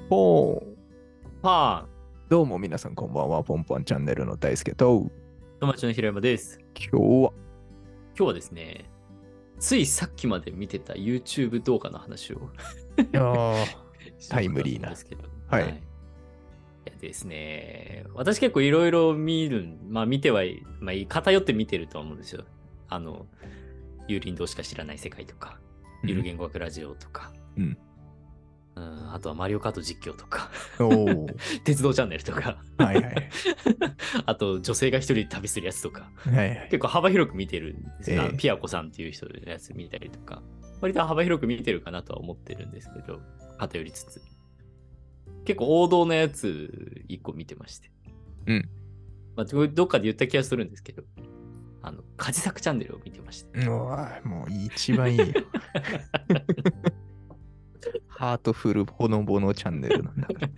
ポーン。 パーン。 どうも皆さんこんばんは。ポンポンチャンネルの大輔と、 友達の平山です。 今日は、 今日はですね、ついさっきまで見てた YouTube 動画の話をタイムリーな。 ですけど、 はい。 いやですね、私結構いろいろ見る、見ては、偏って見てると思うんですよ。有林堂しか知らない世界とか、ゆる言語学ラジオとか、あとはマリオカート実況とか鉄道チャンネルとかはいはい。 あと女性が一人で旅するやつとか、 はいはい、 結構幅広く見てるんですが、ピアコさんっていう人のやつ見たりとか、割と幅広く見てるかなとは思ってるんですけど、偏りつつ。結構王道のやつ一個見てまして。どっかで言った気がするんですけど、カジサクチャンネルを見てまして。 もう一番いいよ。ハートフルほのぼのチャンネルなんだから。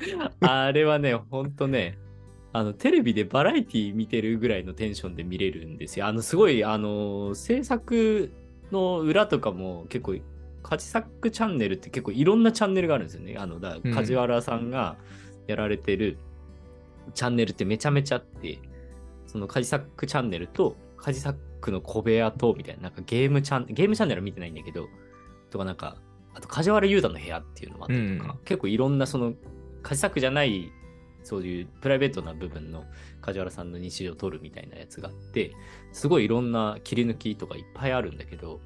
あれはね、ほんとね、テレビでバラエティ見てるぐらいのテンションで見れるんですよ。すごい、制作の裏とかも結構、カジサックチャンネルって結構いろんなチャンネルがあるんですよね。梶原さんがやられてるチャンネルってめちゃめちゃあって、そのカジサックチャンネルと、カジサックの小部屋と、みたいな、なんかゲームチャンネルは見てないんだけど、とかなんか、あと梶原雄太の部屋っていうのもあったりとか、結構いろんなその、カジサックじゃないそういうプライベートな部分の梶原さんの日常を撮るみたいなやつがあって、すごいいろんな切り抜きとかいっぱいあるんだけど、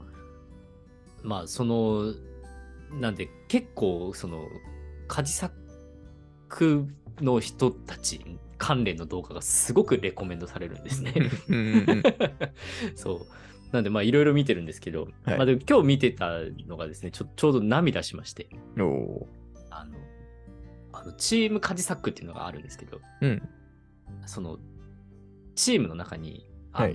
なんで結構その梶作の人たち関連の動画がすごくレコメンドされるんですね。そう。なんでいろいろ見てるんですけど、でも今日見てたのがですね、ちょうど涙しまして。チームカジサックっていうのがあるんですけど、そのチームの中に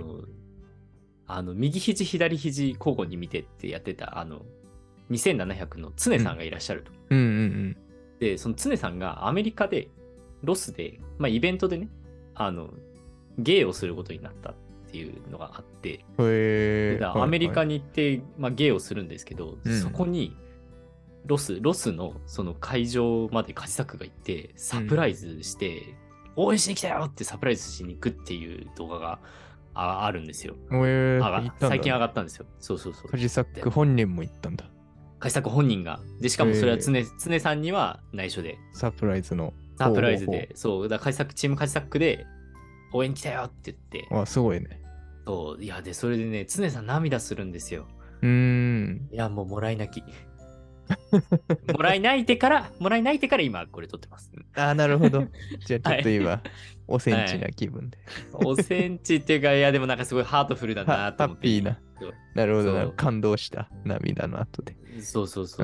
右肘左肘交互に見てってやってた2700の常さんがいらっしゃると。でその常さんがアメリカでロスで、イベントでねゲイをすることになったっていうのがあって、アメリカに行って、ゲイをするんですけど、そこにロスのその会場までカジサックが行ってサプライズして、応援しに来たよってサプライズしに行くっていう動画があるんですよ。最近上がったんですよ。そう。 カジサック本人も言ったんだ。 カジサック本人が。で、しかもそれは常さんには内緒で。 サプライズで。そう。だからチームカジサックで応援来たよって言って。 すごいね。 そう。いや、で、それでね、常さん涙するんですよ。いや、もうもらい泣き。もらい泣いてから今これ撮ってます。 なるほど。じゃあちょっと今、おセンチな気分で。 おセンチっていうか、いやでもなんかすごいハートフルだなと思って。 ハッピーな。なるほど。感動した涙の後で。 そう。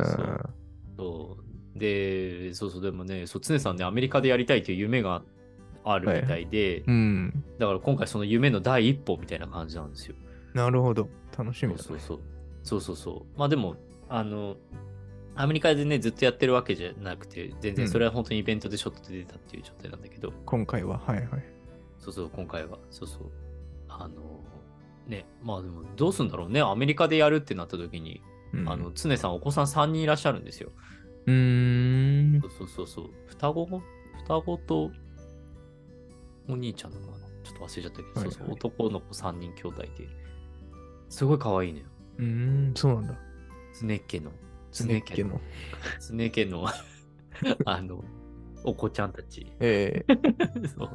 で、でもね、常さんね、アメリカでやりたいという夢があるみたいで、だから今回その夢の第一歩みたいな感じなんですよ。 なるほど。楽しみだね。 そう。でも、アメリカでね、ずっとやってるわけじゃなくて、全然それは本当にイベントでちょっと出たっていう状態なんだけど。 今回は、はい。 今回は。ね、でもどうすんだろうね。アメリカでやるってなった時に、常さんお子さん3人いらっしゃるんですよ。そう。双子とお兄ちゃんなのかな。ちょっと忘れちゃったけど、男の子3人兄弟で。すごい可愛いのよ。 そうなんだ。 常家のお子ちゃんたち。そう。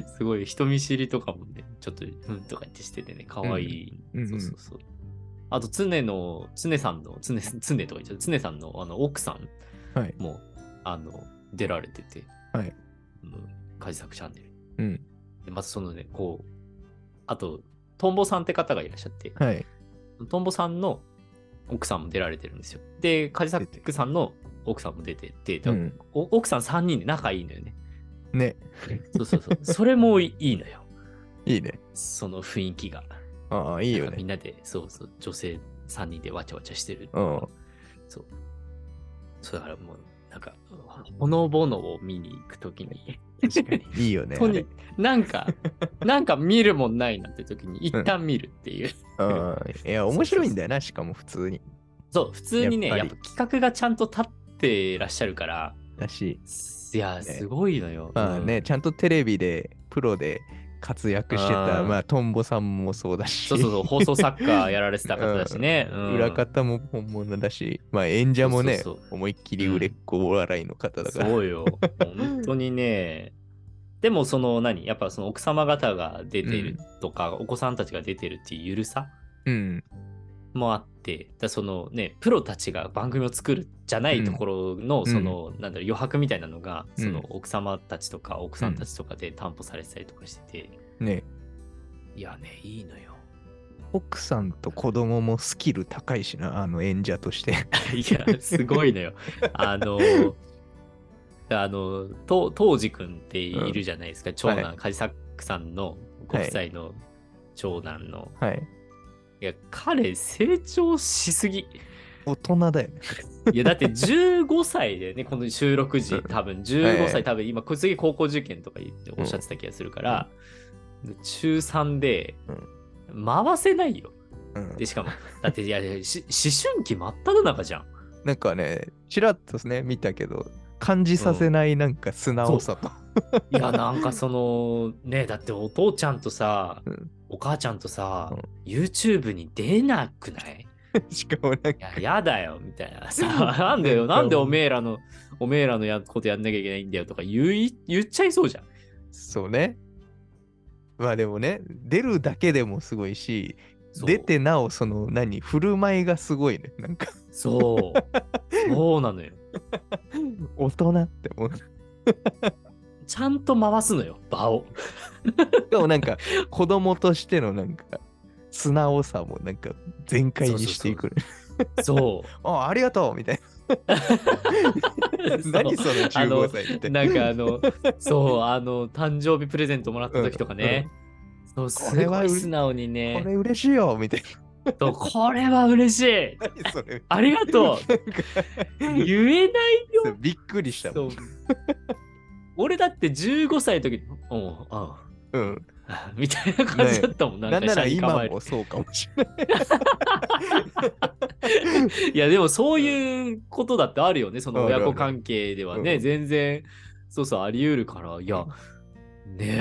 すごい人見知りとかもね、ちょっととか言ってしててね、可愛い。そう。あと常さんの奥さんも、出られてて、カジサックチャンネル。でまずそのね、あとトンボさんって方がいらっしゃって、トンボさんの奥さんも出られてるんですよ。で、カジサックさんの奥さんも出てて、奥さん3人で仲いいのよね。 ね。 そう。それもいいのよ。 いいね。 その雰囲気が。 いいよね。 みんなで、女性3人でわちゃわちゃしてる。そうだからもう、なんか、ほのぼのを見に行くときに。 確かに。いいよね。 なんか見るもんないなって時に一旦見るっていう。 いや、面白いんだよな、しかも普通に。 そう、普通にね、やっぱ企画がちゃんと立ってらっしゃるから、 だし、 いや、すごいのよ。 まあね、ちゃんとテレビで、プロで活躍してた、まあ、トンボさんもそうだし、 そう、放送作家やられてた方だしね。 裏方も本物だし、まあ、演者もね、思いっきり売れっ子お笑いの方だから。 そうよ。本当にね。でも、やっぱその奥様方が出てるとか、お子さんたちが出てるっていうゆるさもあって、プロたちが番組を作るじゃないところの、余白みたいなのが、奥様たちとか奥さんたちとかで担保されてたりとかしてて。 ね。 いやね、いいのよ。 奥さんと子供もスキル高いしな、演者として。 いや、すごいのよ。当時くんっているじゃないですか。長男、カジサックさんのご夫妻の長男の。いや、彼、成長しすぎ。 大人だよね。 いや、だって15歳でね、この収録時、多分15歳、多分今、次高校受験とか言っておっしゃってた気がするから、中3で、回せないよ。で、しかも、だって、いや、思春期真っ只中じゃん。 なんかね、ちらっとね、見たけど、感じさせないなんか素直さと。 いや、なんかね、だってお父ちゃんとさ、お母ちゃんとさ、YouTube に出なくない？ しかもなんか。 いや、やだよ、みたいなさ、なんでおめえらのことやんなきゃいけないんだよとか言っちゃいそうじゃん。 そうね。まあでもね、出るだけでもすごいし、出てなお振る舞いがすごいね。なんかそうなのよ。 大人って思う。 ちゃんと回すのよ、場を。 でもなんか、子供としてのなんか、素直さもなんか全開にしていく。 そう。 ありがとうみたいな。何その15歳みたいな。 なんか誕生日プレゼントもらった時とかね。そう、すごい素直にね。 これ嬉しいよみたいな。 これは嬉しい。 何それ。 ありがとう。言えないよ。 びっくりしたもん。 俺だって15歳の時に、みたいな感じだったもん。 なんなら今もそうかもしれない。 いや、でもそういうことだってあるよね。その親子関係ではね、全然、あり得るから、いや、ね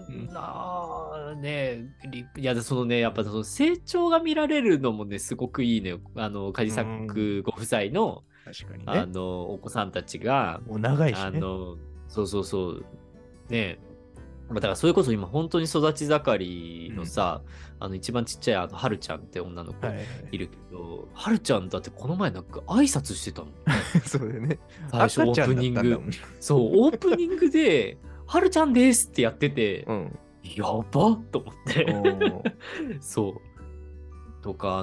いや、やっぱ成長が見られるのもね、すごくいいのよ。カジサックご夫妻の、お子さんたちが、 もう長いしね。 ね、だからそれこそ今本当に育ち盛りのさ、一番ちっちゃいはるちゃんって女の子いるけど、はるちゃんだってこの前なんか挨拶してたの。 そうだよね。 最初オープニング。そう、オープニングで、はるちゃんですってやってて、やばっと思って。そう。とか、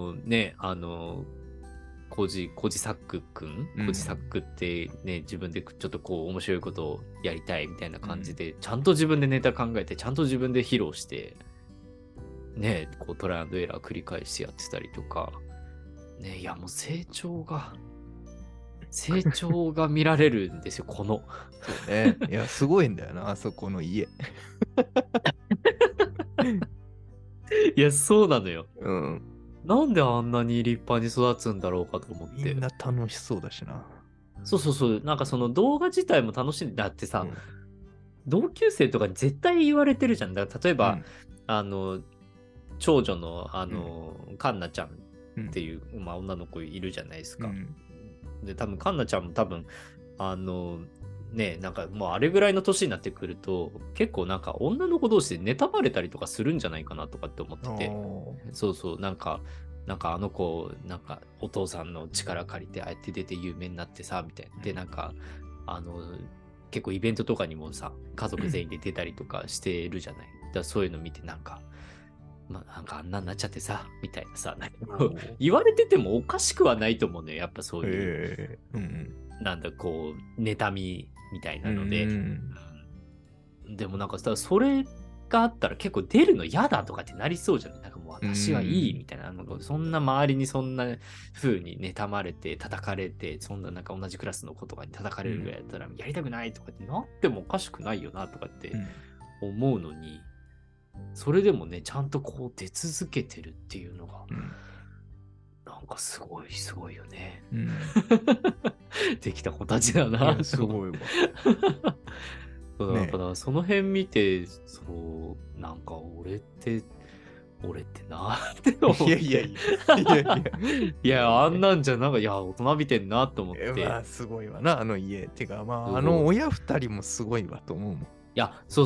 コジサックくん、コジサックってね、自分でちょっと面白いことをやりたいみたいな感じで、ちゃんと自分でネタ考えて、ちゃんと自分で披露して、ね、トライアンドエラー繰り返してやってたりとか、ね、いやもう成長が見られるんですよ、そうね。いや、すごいんだよな、あそこの家。 いや、そうなのよ。なんであんなに立派に育つんだろうかと思って。 みんな楽しそうだしな。 なんか動画自体も楽しんで、だってさ、同級生とかに絶対言われてるじゃん。だから例えば、長女のカンナちゃんっていう、女の子いるじゃないですか。で、多分カンナちゃんもなんかもうあれぐらいの年になってくると、結構なんか女の子同士で妬まれたりとかするんじゃないかなとかって思ってて、なんかあの子、なんかお父さんの力借りてああやって出て有名になってさ、みたいな。で、なんか、結構イベントとかにもさ、家族全員で出たりとかしてるじゃない。だからそういうの見てなんかあんなになっちゃってさ、みたいなさ、言われててもおかしくはないと思うのよ。やっぱそういう、妬みみたいなので。でもなんかさ、それがあったら結構出るの嫌だとかってなりそうじゃない？なんかもう私はいいみたいな。そんな周りにそんな風に妬まれて、叩かれて、そんななんか同じクラスの子とかに叩かれるぐらいだったら、やりたくないとかってなってもおかしくないよなとかって思うのに、それでもね、ちゃんと出続けてるっていうのが、なんかすごいよね。 できた子たちだな。 いやすごいわ。 そうだからその辺見て、なんか俺ってなって思って。 いやいやいや。いやいや。 いや、あんなんじゃなんか、いや、大人びてんなと思って。 まあ、すごいわな、あの家。てか、まあ、親二人もすごいわと思うもん。いや、そう。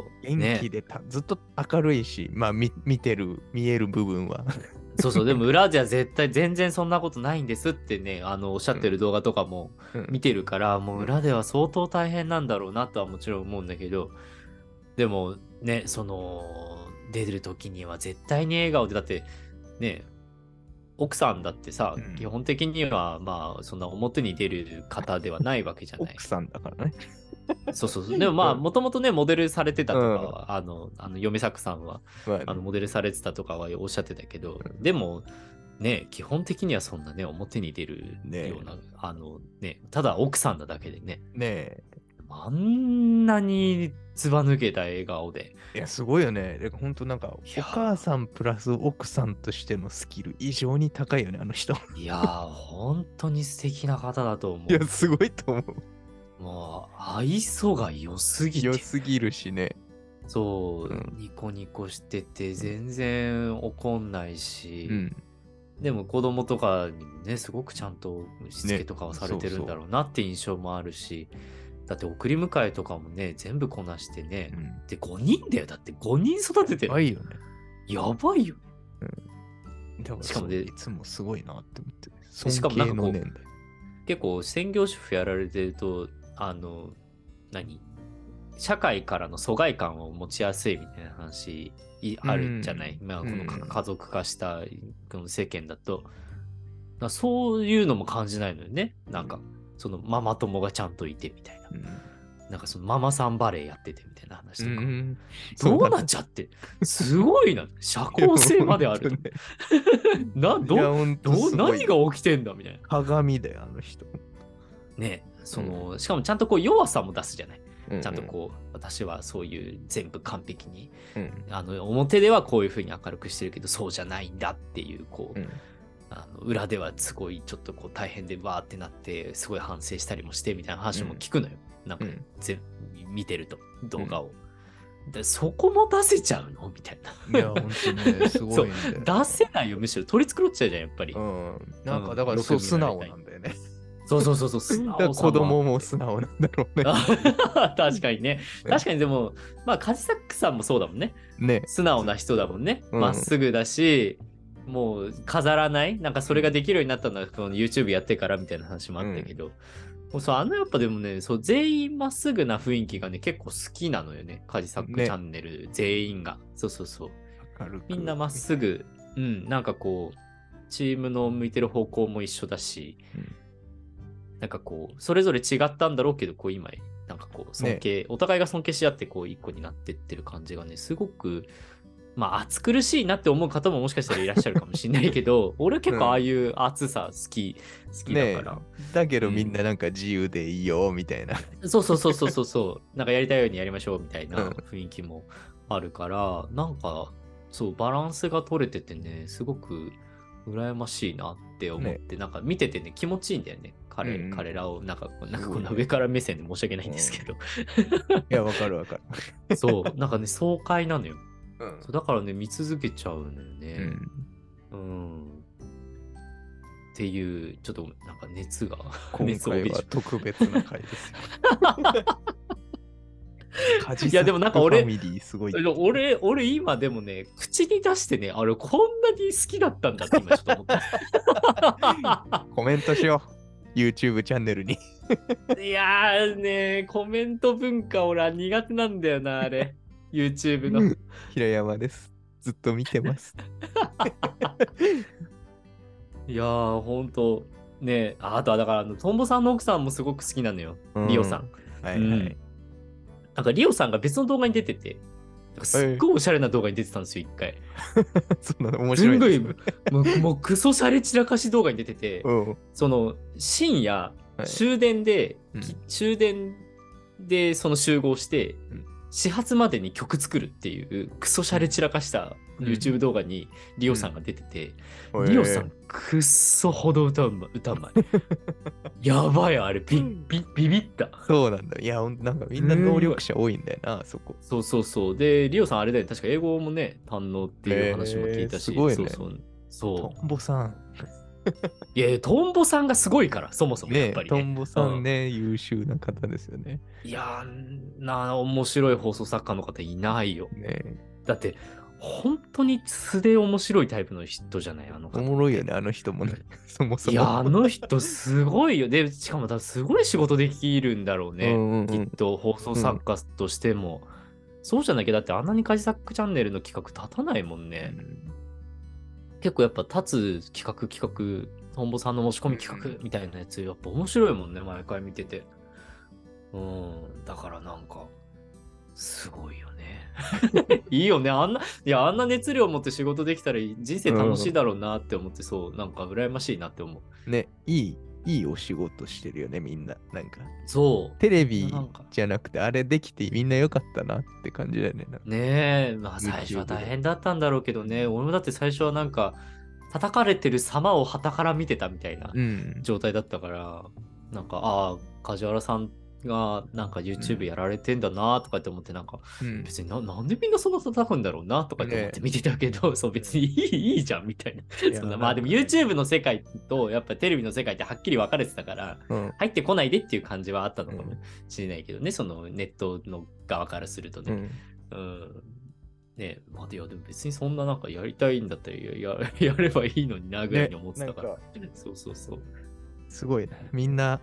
元気でずっと明るいし、まあ、見える部分は。 そう、でも裏じゃ絶対全然そんなことないんですってね、おっしゃってる動画とかも見てるから、もう裏では相当大変なんだろうなとはもちろん思うんだけど、でもね、出る時には絶対に笑顔で、だってね、奥さんだってさ、基本的にはまあそんな表に出る方ではないわけじゃない。 奥さんだからね。 そう。でもまあもともとねモデルされてたとかは、嫁作さんは、モデルされてたとかはおっしゃってたけど、でもね、基本的にはそんなね表に出るような、ただ奥さんなだけでね。あんなにずば抜けた笑顔で。 いや、すごいよね。本当なんか、お母さんプラス奥さんとしてのスキル、異常に高いよね、あの人。 いやー、本当に素敵な方だと思う。 いや、すごいと思う。もう、愛想が良すぎて。 良すぎるしね。 そう、ニコニコしてて、全然怒んないし、でも子供とかにね、すごくちゃんとしつけとかをされてるんだろうなって印象もあるし、だって送り迎えとかもね、全部こなしてね。で、5人だよ。だって5人育ててる。 やばいよね。 やばいよ。 しかもいつもすごいなって思って。 しかもなんかこう、結構専業主婦やられてると、社会からの疎外感を持ちやすいみたいな話あるじゃない。まあ、この家族化したこの世間だと。そういうのも感じないのよね。なんか、そのママ友がちゃんといてみたいな。なんかそのママさんバレーやっててみたいな話とか。どうなっちゃって。すごいな。社交性まである。何が起きてんだみたいな。 鏡だよ、あの人。 ね、しかもちゃんとこう弱さも出すじゃない。ちゃんとこう、私はそういう全部完璧に、表ではこういうふうに明るくしてるけど、そうじゃないんだっていう、こう、裏ではすごいちょっとこう大変でわーってなってすごい反省したりもしてみたいな話も聞くのよ、なんか、見てると動画を、でそこも出せちゃうのみたいな。 いや本当ねすごいんだよ。 出せないよ、むしろ取り繕っちゃうじゃんやっぱり。 なんかだからそう素直なんだよね。 そう素直。 子供も素直なんだろうね。 確かにね。確かにでもまあカジサックさんもそうだもんね。素直な人だもんね。まっすぐだし。もう飾らない、なんかそれができるようになったのはこの YouTube やってからみたいな話もあったけど、もうそうやっぱでもね、そう全員まっすぐな雰囲気がね結構好きなのよね、カジサックチャンネル全員が。そうみんなまっすぐ、なんかこうチームの向いてる方向も一緒だし、なんかこうそれぞれ違ったんだろうけど、こう今なんかこう尊敬、お互いが尊敬し合ってこう一個になってってる感じがね、すごくまあ暑苦しいなって思う方ももしかしたらいらっしゃるかもしれないけど、俺は結構ああいう暑さ好きだから、 だけどみんななんか自由でいいよみたいな、 そうなんかやりたいようにやりましょうみたいな雰囲気もあるから、なんかそうバランスが取れててね、すごく羨ましいなって思って、なんか見ててね気持ちいいんだよね、彼らをなんかこんな上から目線で申し訳ないんですけど、いやわかるそうなんかね爽快なのよ。そうだからね見続けちゃうのよね。っていうちょっとなんか熱が今回は特別な回ですよ。 いやでもなんか俺今でもね口に出してね、あれこんなに好きだったんだって今ちょっと思ったコメントしよう YouTube チャンネルに。 いやーね、コメント文化俺は苦手なんだよな、あれYouTube の平山です、ずっと見てますいやーほんとね、あとはだからトンボさんの奥さんもすごく好きなのよ、リオさん。なんかリオさんが別の動画に出てて、すっごいおしゃれな動画に出てたんですよ、一回。 そんなの面白いですね。 もうクソシャレ散らかし動画に出てて、その深夜、終電でその集合して、始発までに曲作るっていうクソシャレ散らかした YouTube 動画にリオさんが出てて、 うんリオさんくっそほど歌うまい。やばい、あれ、ビビった。 そうなんだ。いや、なんかみんな能力者多いんだよな、そこ。 そうそうそう。で、リオさんあれだよね、確か英語もね、堪能っていう話も聞いたし、 すごいね。 そうトンボさん。 いや、トンボさんがすごいから、そもそもやっぱりね。 トンボさんね、優秀な方ですよね。 いや面白い放送作家の方いないよ。 ねだって、本当に素で面白いタイプの人じゃない、あの方。 おもろいよね、あの人もね。そもそも。 いや、あの人すごいよ。で、しかもすごい仕事できるんだろうね。きっと放送作家としても。そうじゃなきゃ、だってあんなにカジサックチャンネルの企画立たないもんね。結構やっぱ立つ企画、トンボさんの持ち込み企画みたいなやつ、やっぱ面白いもんね、毎回見てて。だからなんか、すごいよね。いいよね。あんな熱量を持って仕事できたら人生楽しいだろうなって思って、そう、なんか羨ましいなって思う。 ね、いいお仕事してるよね、みんな。なんか。 そう。 テレビじゃなくて、あれできてみんな良かったなって感じだよね。 ねえ、まあ最初は大変だったんだろうけどね、俺もだって最初はなんか、叩かれてる様を傍から見てたみたいな状態だったから、なんか、ああ、梶原さんがなんか YouTube やられてんだなとかって思って、なんか、別になんでみんなそんな叩くんだろうなとかって思って見てたけど、そう別にいいじゃんみたいな。まあでも YouTube の世界とやっぱテレビの世界ってはっきり分かれてたから、入ってこないでっていう感じはあったのかもしれないけどね、そのネットの側からするとね。ねまあ、でも別にそんななんかやりたいんだったらやればいいのになぐらいに思ってたから。そうそうそう。 すごいな。みんな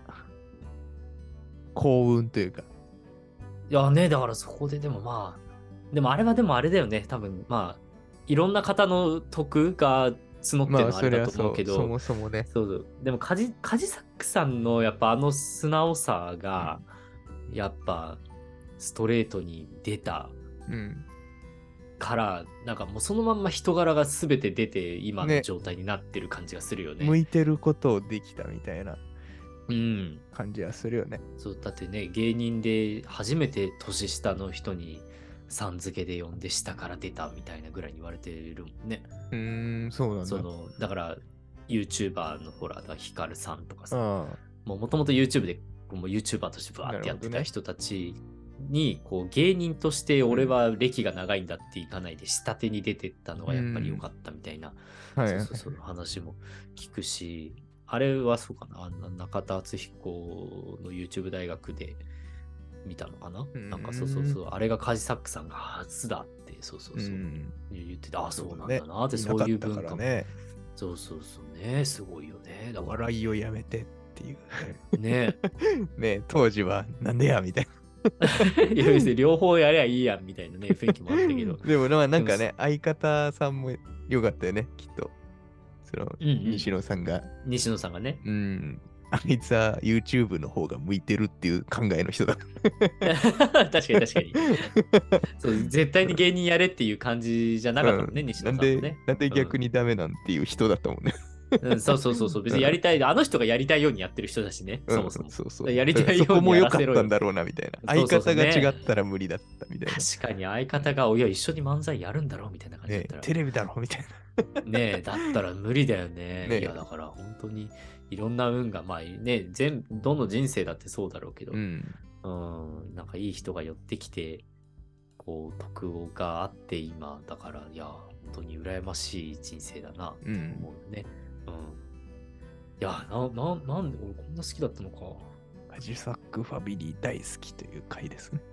幸運というか。 いやね、だからそこででもまあ、でもあれはでもあれだよね。多分まあ、いろんな方の徳が募ってるのはあれだと思うけど、 そもそもね。 そうでもカジサックさんのやっぱあの素直さが、やっぱストレートに出た。から、なんかもうそのまんま人柄が全て出て今の状態になってる感じがするよね。 向いてることをできたみたいな感じはするよね。 そうだってね、芸人で初めて年下の人にさん付けで呼んで下から出たみたいなぐらいに言われてるもんね。 そうなんだ。 だから YouTuber のほらヒカルさんとかさ、もともと YouTube でもう YouTuber としてバーってやってた人たちにこう芸人として俺は歴が長いんだっていかないで下手に出てったのがやっぱり良かったみたいな、そう話も聞くし、あれはそうかな、中田敦彦の YouTube 大学で見たのかな、なんかそうあれがカジサックさんが初だって言ってて、ああそうなんだなって、そういう文化もそうね、すごいよね。 だから笑いをやめてっていうねね当時はなんでやみたいな。 いや別に両方やりゃいいやんみたいなね雰囲気もあったけどでもなんかね相方さんも良かったよねきっと、その、西野さんがね、 あいつは YouTube の方が向いてるっていう考えの人だ。 確かにそう絶対に芸人やれっていう感じじゃなかったもんね、西野さんもね。 なんで逆にダメなんていう人だったもんね。 そう別にやりたい、あの人がやりたいようにやってる人だしね、そもそも。 そうやりたいようにやらせろよ。 そこも良かったんだろうなみたいな。相方が違ったら無理だったみたいな。 確かに相方が、いや、一緒に漫才やるんだろうみたいな感じだったら。 テレビだろみたいな。 ねえ、だったら無理だよね。いや、だから本当にいろんな運が、まあね、どの人生だってそうだろうけど、なんかいい人が寄ってきて、こう、徳があって今、だから、いや、本当に羨ましい人生だな、と思うね。いや、なんで俺こんな好きだったのか。 カジサックファミリー大好きという回ですね。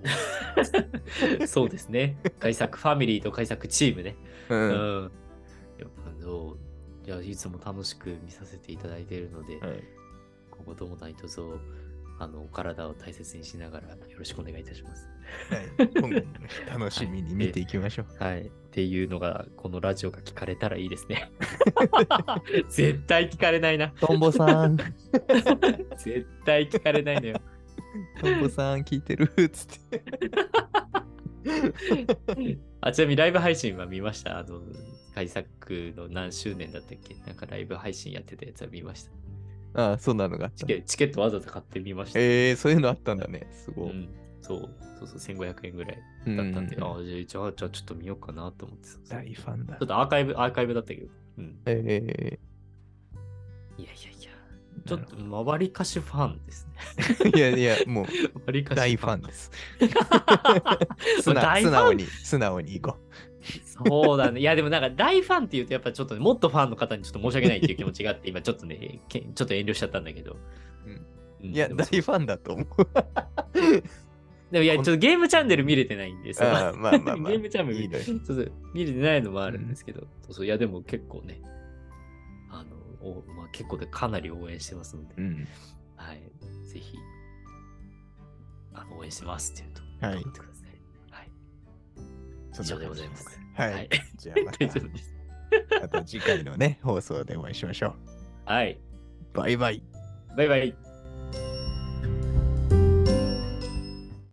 そうですね。カジサックファミリーとカジサックチームね。やっぱいつも楽しく見させていただいているので、今後とも何卒お体を大切にしながらよろしくお願いいたします。 今後も楽しみに見ていきましょう。 はい。っていうのが、このラジオが聞かれたらいいですね。絶対聞かれないな。 トンボさん。 絶対聞かれないのよ。 トンボさん聞いてるっつって。 ちなみにライブ配信は見ました？カジサックの何周年だったっけ？なんかライブ配信やってたやつは見ました。 ああ、そんなのがあった。 チケットわざわざ買ってみました。 そういうのあったんだね。すごい。 1500円ぐらいうんだったんで、 うんうんじゃあちょっと見ようかなと思って。 大ファンだちょっ。とアーカイブだったけど。うん。 えー、 いや。ちょっと、わりかしファンですね。 いやいや、もうわりかし大ファンです。 大ファン素直に行こそうだね。いや、でもなんか大ファンって言うと、やっぱちょっとね、もっとファンの方にちょっと申し訳ないっていう気持ちがあって、今ちょっとね、ちょっと遠慮しちゃったんだけど。 う。いや、 でも大ファンだと思う。 でもいや、ちょっとゲームチャンネル見れてないんですよ。 あーまあまあまあゲームチャンネルいいのよそう見れてないのもあるんですけど、いや、でも結構ね、まあ、結構でかなり応援してますので、 うん。 はい。ぜひ、応援してますっていうと、 はい頑張ってください。はい。 そんな感じ以上でございます。 はい。 はいじゃあ大丈夫です。 また次回のね、放送でお会いしましょう。 はい。 バイバイ。 バイバイ。